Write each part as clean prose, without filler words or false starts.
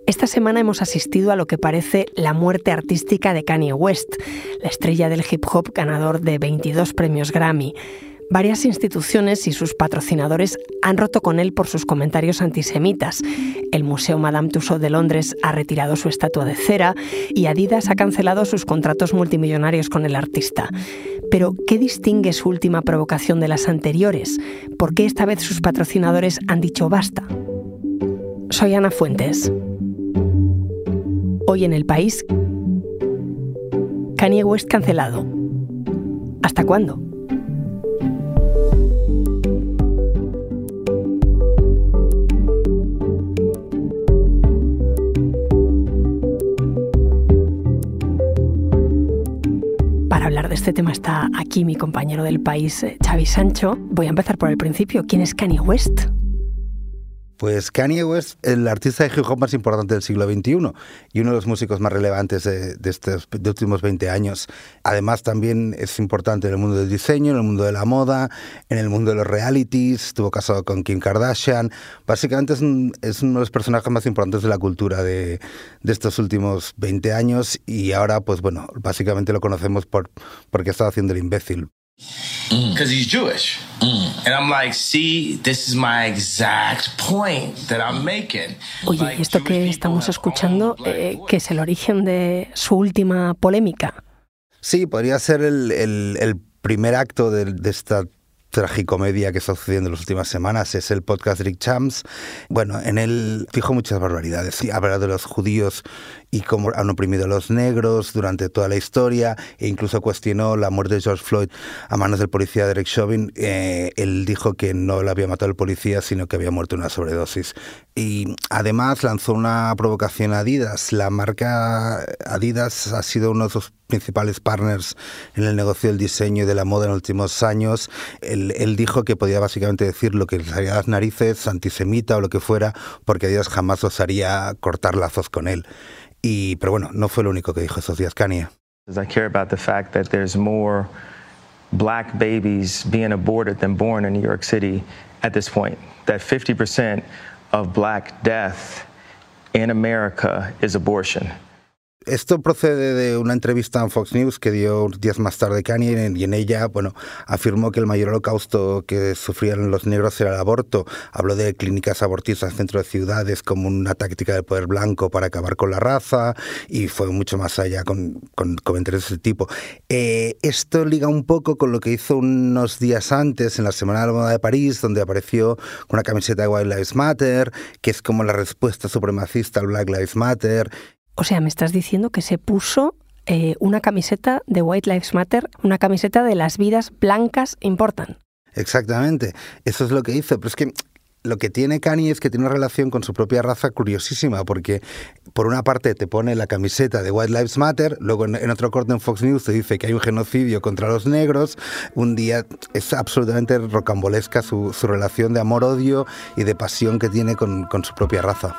Esta semana hemos asistido a lo que parece la muerte artística de Kanye West, la estrella del hip hop ganador de 22 premios Grammy. Varias instituciones y sus patrocinadores han roto con él por sus comentarios antisemitas. El Museo Madame Tussauds de Londres ha retirado su estatua de cera y Adidas ha cancelado sus contratos multimillonarios con el artista. Pero, ¿qué distingue su última provocación de las anteriores? ¿Por qué esta vez sus patrocinadores han dicho basta? Soy Ana Fuentes. Hoy en El País, Kanye West cancelado. ¿Hasta cuándo? Para hablar de este tema está aquí mi compañero del País, Xavi Sancho. Voy a empezar por el principio. ¿Quién es Kanye West? Pues Kanye West, el artista de hip hop más importante del siglo XXI y uno de los músicos más relevantes de últimos 20 años. Además, también es importante en el mundo del diseño, en el mundo de la moda, en el mundo de los realities. Estuvo casado con Kim Kardashian. Básicamente es uno de los personajes más importantes de la cultura de estos últimos 20 años y ahora, pues bueno, básicamente lo conocemos porque ha estado haciendo el imbécil. Because he's Jewish. And I'm like, see, this is my exact point that I'm making. Oye, ¿y esto que estamos escuchando, que es el origen de su última polémica? Sí, podría ser el primer acto de esta tragicomedia que está sucediendo en las últimas semanas. Es el podcast Drink Champs. Bueno, en él dijo muchas barbaridades. Sí, habla de los judíos y cómo han oprimido a los negros durante toda la historia, e incluso cuestionó la muerte de George Floyd a manos del policía Derek Chauvin. Él dijo que no lo había matado el policía, sino que había muerto de una sobredosis. Y además lanzó una provocación a Adidas. La marca Adidas ha sido uno de sus principales partners en el negocio del diseño y de la moda en los últimos años. Él dijo que podía básicamente decir lo que le salía a las narices, antisemita o lo que fuera, porque Adidas jamás osaría cortar lazos con él. Pero bueno, no fue lo único que dijo esos días Kanye. I care about the fact that there's more black babies being aborted than born in New York City at this point. That 50% of black death in America is abortion. Esto procede de una entrevista en Fox News que dio días más tarde Kanye, y en ella, bueno, afirmó que el mayor holocausto que sufrían los negros era el aborto. Habló de clínicas abortistas en centro de ciudades como una táctica del poder blanco para acabar con la raza, y fue mucho más allá con comentarios de ese tipo. Esto liga un poco con lo que hizo unos días antes en la Semana de la Moda de París, donde apareció con una camiseta de White Lives Matter, que es como la respuesta supremacista al Black Lives Matter. O sea, me estás diciendo que se puso una camiseta de White Lives Matter, una camiseta de las vidas blancas importan. Exactamente, eso es lo que hizo. Pero es que lo que tiene Kanye es que tiene una relación con su propia raza curiosísima, porque por una parte te pone la camiseta de White Lives Matter, luego en otro corte en Fox News te dice que hay un genocidio contra los negros. Un día es absolutamente rocambolesca su relación de amor-odio y de pasión que tiene con su propia raza.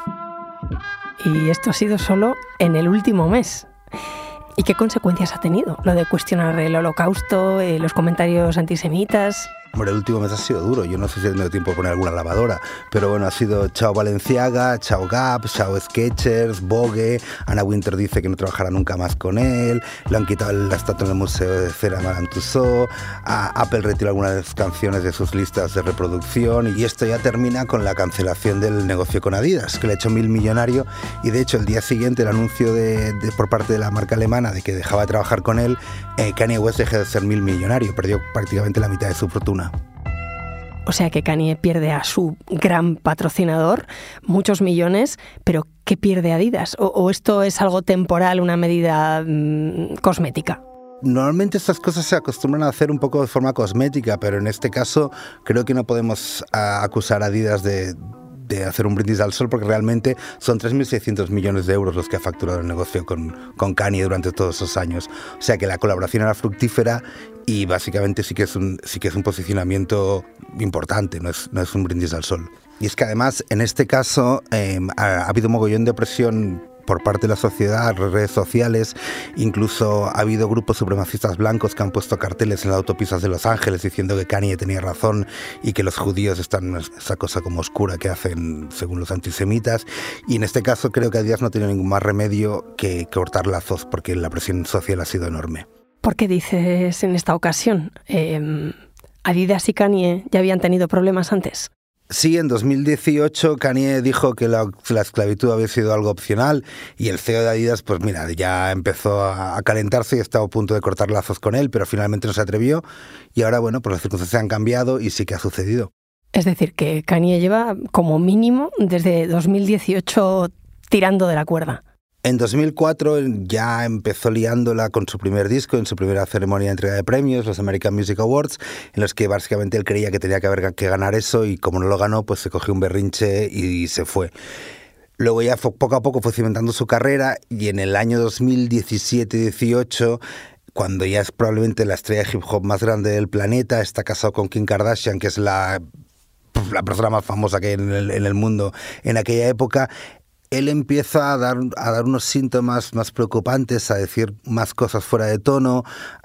Y esto ha sido solo en el último mes. ¿Y qué consecuencias ha tenido? Lo de cuestionar el holocausto, los comentarios antisemitas. Hombre, el último mes ha sido duro. Yo no sé si he tenido tiempo de poner alguna lavadora, pero bueno, ha sido chao Balenciaga, chao Gap, chao Skechers, Vogue. Anna Wintour dice que no trabajará nunca más con él. Le han quitado la estatua en el Museo de Cera Madame Tussauds. Apple retiró algunas de las canciones de sus listas de reproducción. Y esto ya termina con la cancelación del negocio con Adidas, que le ha hecho millonario. Y de hecho, el día siguiente, el anuncio por parte de la marca alemana de que dejaba de trabajar con él, Kanye West dejó de ser millonario. Perdió prácticamente la mitad de su fortuna. O sea que Kanye pierde a su gran patrocinador, muchos millones, pero ¿qué pierde Adidas? ¿O esto es algo temporal, una medida cosmética? Normalmente estas cosas se acostumbran a hacer un poco de forma cosmética, pero en este caso creo que no podemos acusar a Adidas de hacer un brindis al sol, porque realmente son 3.600 millones de euros los que ha facturado el negocio con Kanye durante todos esos años. O sea que la colaboración era fructífera y básicamente sí que es un posicionamiento importante, no es un brindis al sol. Y es que además en este caso ha habido un mogollón de presión por parte de la sociedad, redes sociales. Incluso ha habido grupos supremacistas blancos que han puesto carteles en las autopistas de Los Ángeles diciendo que Kanye tenía razón y que los judíos están en esa cosa como oscura que hacen según los antisemitas. Y en este caso creo que Adidas no tiene ningún más remedio que cortar lazos porque la presión social ha sido enorme. ¿Por qué dices en esta ocasión? ¿Adidas y Kanye ya habían tenido problemas antes? Sí, en 2018 Kanye dijo que la esclavitud había sido algo opcional y el CEO de Adidas, pues mira, ya empezó a calentarse y estaba a punto de cortar lazos con él, pero finalmente no se atrevió y ahora, bueno, pues las circunstancias han cambiado y sí que ha sucedido. Es decir, que Kanye lleva como mínimo desde 2018 tirando de la cuerda. En 2004 ya empezó liándola con su primer disco, en su primera ceremonia de entrega de premios, los American Music Awards, en los que básicamente él creía que tenía que ganar eso y como no lo ganó, pues se cogió un berrinche y se fue. Luego ya poco a poco fue cimentando su carrera y en el año 2017-18, cuando ya es probablemente la estrella de hip hop más grande del planeta, está casado con Kim Kardashian, que es la persona más famosa que hay en el mundo en aquella época. Él empieza a dar unos síntomas más preocupantes, a decir más cosas fuera de tono,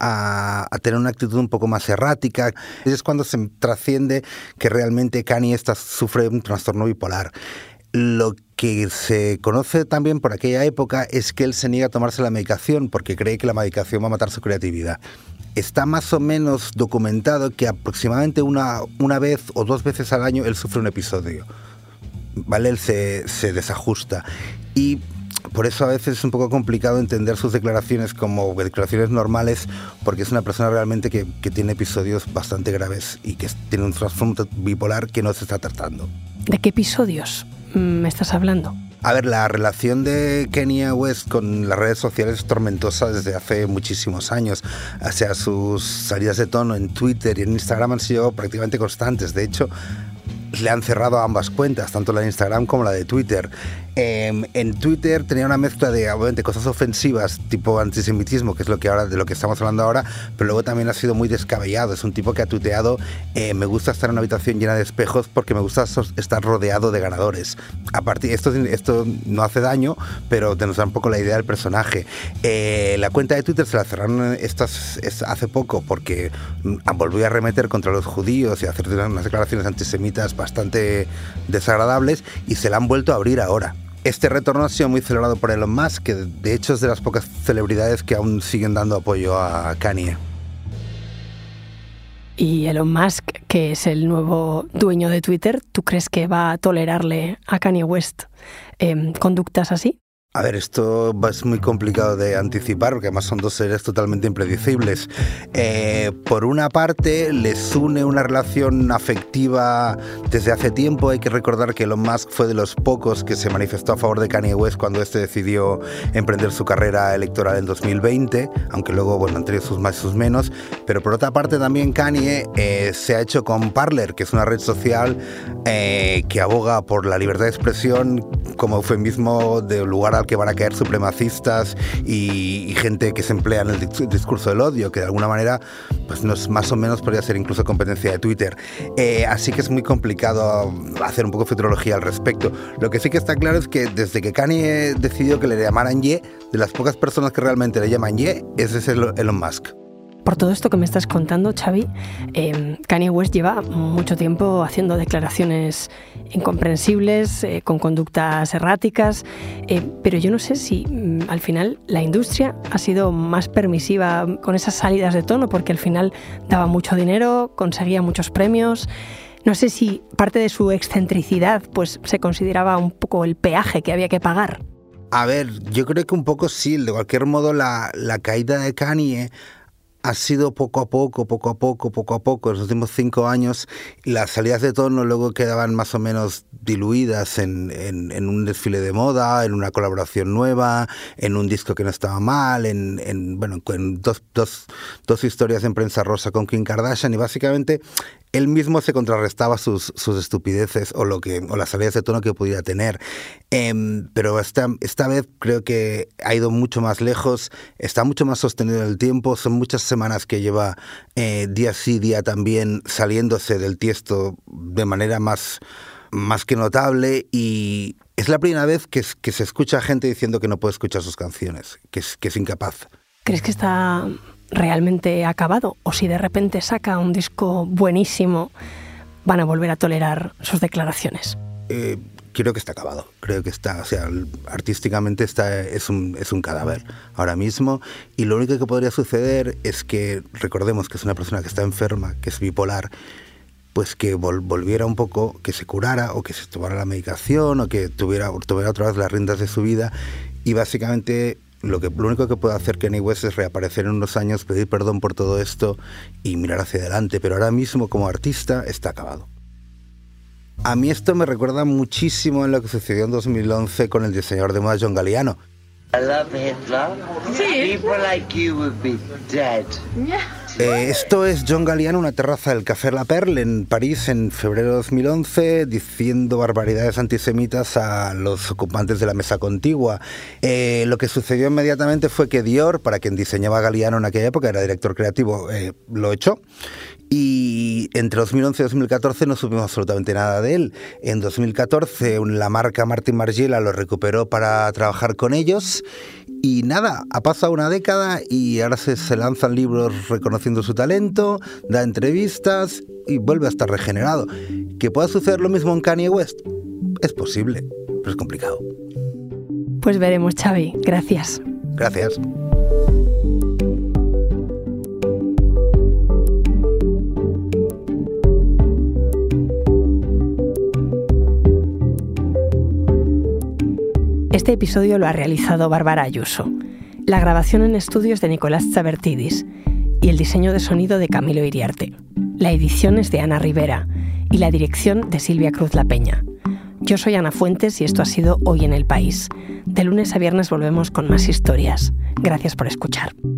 a tener una actitud un poco más errática. Es cuando se trasciende que realmente Kanye sufre un trastorno bipolar. Lo que se conoce también por aquella época es que él se niega a tomarse la medicación porque cree que la medicación va a matar su creatividad. Está más o menos documentado que aproximadamente una vez o 2 veces al año él sufre un episodio. ¿Vale? Él se desajusta y por eso a veces es un poco complicado entender sus declaraciones como declaraciones normales porque es una persona realmente que tiene episodios bastante graves y que tiene un trastorno bipolar que no se está tratando. ¿De qué episodios me estás hablando? A ver, la relación de Kanye West con las redes sociales es tormentosa desde hace muchísimos años. O sea, sus salidas de tono en Twitter y en Instagram han sido prácticamente constantes. De hecho, le han cerrado ambas cuentas, tanto la de Instagram como la de Twitter. En Twitter tenía una mezcla de, obviamente, cosas ofensivas, tipo antisemitismo, que es de lo que estamos hablando ahora, pero luego también ha sido muy descabellado. Es un tipo que ha tuiteado, me gusta estar en una habitación llena de espejos porque me gusta estar rodeado de ganadores. Aparte, esto no hace daño, pero te nos da un poco la idea del personaje. La cuenta de Twitter se la cerraron hace poco porque volvió a arremeter contra los judíos y a hacer unas declaraciones antisemitas bastante desagradables y se la han vuelto a abrir ahora. Este retorno ha sido muy celebrado por Elon Musk, que de hecho es de las pocas celebridades que aún siguen dando apoyo a Kanye. Y Elon Musk, que es el nuevo dueño de Twitter, ¿tú crees que va a tolerarle a Kanye West conductas así? A ver, esto es muy complicado de anticipar porque además son dos seres totalmente impredecibles. Por una parte, les une una relación afectiva desde hace tiempo. Hay que recordar que Elon Musk fue de los pocos que se manifestó a favor de Kanye West cuando este decidió emprender su carrera electoral en 2020, aunque luego, bueno, han tenido sus más y sus menos. Pero por otra parte también Kanye se ha hecho con Parler, que es una red social que aboga por la libertad de expresión como eufemismo del lugar al que van a caer supremacistas y gente que se emplea en el discurso del odio, que de alguna manera pues más o menos podría ser incluso competencia de Twitter. Así que es muy complicado hacer un poco de futurología al respecto. Lo que sí que está claro es que desde que Kanye decidió que le llamaran Ye, de las pocas personas que realmente le llaman Ye, ese es Elon Musk. Por todo esto que me estás contando, Xavi, Kanye West lleva mucho tiempo haciendo declaraciones incomprensibles, con conductas erráticas, pero yo no sé si al final la industria ha sido más permisiva con esas salidas de tono, porque al final daba mucho dinero, conseguía muchos premios. No sé si parte de su excentricidad pues, se consideraba un poco el peaje que había que pagar. A ver, yo creo que un poco sí. De cualquier modo, la caída de Kanye ha sido poco a poco, en los últimos 5 años. Las salidas de tono luego quedaban más o menos diluidas en un desfile de moda, en una colaboración nueva, en un disco que no estaba mal, en dos historias en prensa rosa con Kim Kardashian, y básicamente él mismo se contrarrestaba sus estupideces o las salidas de tono que pudiera tener. Pero esta vez creo que ha ido mucho más lejos, está mucho más sostenido en el tiempo. Son muchas semanas que lleva día sí, día también saliéndose del tiesto de manera más más que notable, y es la primera vez que se escucha gente diciendo que no puede escuchar sus canciones, que es incapaz. ¿Crees que está realmente acabado? ¿O si de repente saca un disco buenísimo, van a volver a tolerar sus declaraciones? Creo que está acabado. Creo que está, o sea, artísticamente es un cadáver ahora mismo, y lo único que podría suceder es que, recordemos que es una persona que está enferma, que es bipolar, pues que volviera un poco, que se curara o que se tomara la medicación o que tuviera otra vez las riendas de su vida, y básicamente lo único que puede hacer Kanye West es reaparecer en unos años, pedir perdón por todo esto y mirar hacia adelante, pero ahora mismo como artista está acabado. A mí esto me recuerda muchísimo en lo que sucedió en 2011 con el diseñador de moda John Galliano. I love Hitler. Sí. People like you would be dead. Esto es John Galliano, una terraza del Café La Perle en París en febrero de 2011, diciendo barbaridades antisemitas a los ocupantes de la mesa contigua. Lo que sucedió inmediatamente fue que Dior, para quien diseñaba Galliano en aquella época, era director creativo, lo echó. Y entre 2011 y 2014 no supimos absolutamente nada de él. En 2014 la marca Martin Margiela lo recuperó para trabajar con ellos. Y nada, ha pasado una década y ahora se lanzan libros reconociendo su talento, da entrevistas y vuelve a estar regenerado. ¿Que pueda suceder lo mismo en Kanye West? Es posible, pero es complicado. Pues veremos, Xavi. Gracias. Gracias. Este episodio lo ha realizado Bárbara Ayuso. La grabación en estudio es de Nicolás Chabertidis y el diseño de sonido de Camilo Iriarte. La edición es de Ana Rivera y la dirección de Silvia Cruz La Peña. Yo soy Ana Fuentes y esto ha sido Hoy en el País. De lunes a viernes volvemos con más historias. Gracias por escuchar.